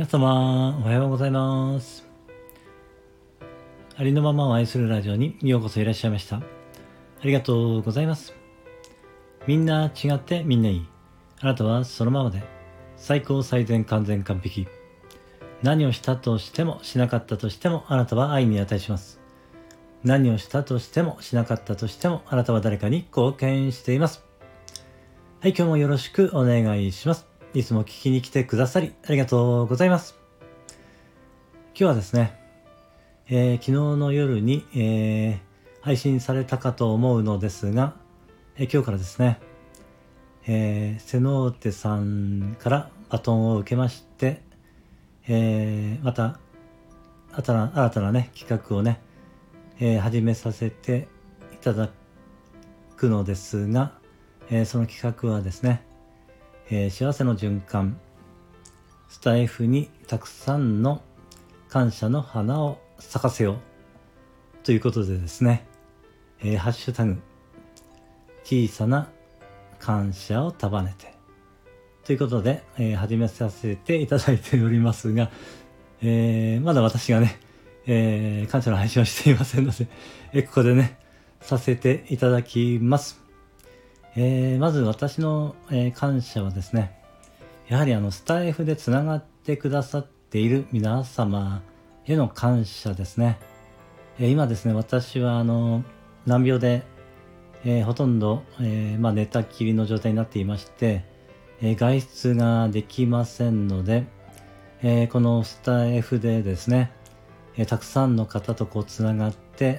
皆様、おはようございます。ありのままを愛するラジオにようこそいらっしゃいました。ありがとうございます。みんな違ってみんないい。あなたはそのままで。最高最善完全完璧。何をしたとしてもしなかったとしてもあなたは愛に値します。何をしたとしてもしなかったとしてもあなたは誰かに貢献しています。はい、今日もよろしくお願いします。いつも聞きに来てくださりありがとうございます。今日はですね、昨日の夜に、配信されたかと思うのですが、今日からですね、セノーテさんからバトンを受けまして、また新たなね企画をね、始めさせていただくのですが、その企画はですね、幸せの循環、スタイフにたくさんの感謝の花を咲かせようということでですね、ハッシュタグ小さな感謝を束ねてということで、始めさせていただいておりますが、まだ私がね、感謝の配信をしていませんので、ここでねさせていただきます。まず私の、感謝はですね、やはりスタイフでつながってくださっている皆様への感謝ですね。今ですね、私は難病で、ほとんど、寝たきりの状態になっていまして、外出ができませんので、このスタイフでですね、たくさんの方とつながって、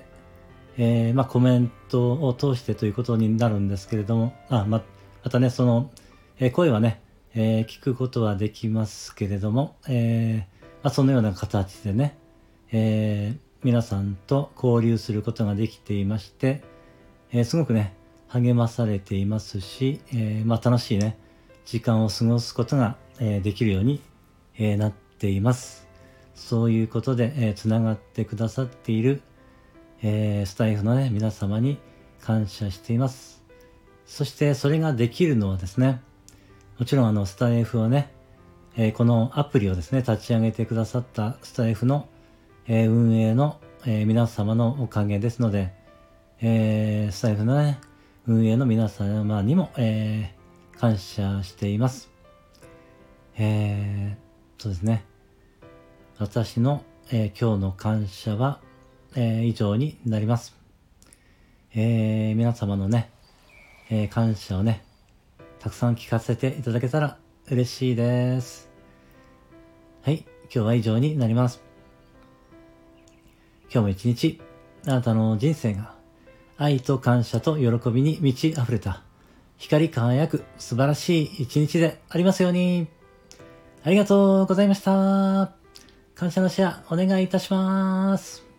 コメントを通してということになるんですけれども、またね、その、声はね、聞くことはできますけれども、そのような形でね、皆さんと交流することができていまして、すごくね励まされていますし、楽しいね時間を過ごすことが、できるように、なっています。そういうことで、つながってくださっている、スタイフのね皆様に感謝しています。そしてそれができるのはですね、もちろんスタイフをね、このアプリをですね立ち上げてくださったスタイフの、運営の、皆様のおかげですので、スタイフのね運営の皆様にも、感謝しています。そうですね、私の、今日の感謝は、以上になります。皆様のね、感謝をねたくさん聞かせていただけたら嬉しいです。はい、今日は以上になります。今日も一日あなたの人生が愛と感謝と喜びに満ち溢れた光り輝く素晴らしい一日でありますように。ありがとうございました。感謝のシェアお願いいたします。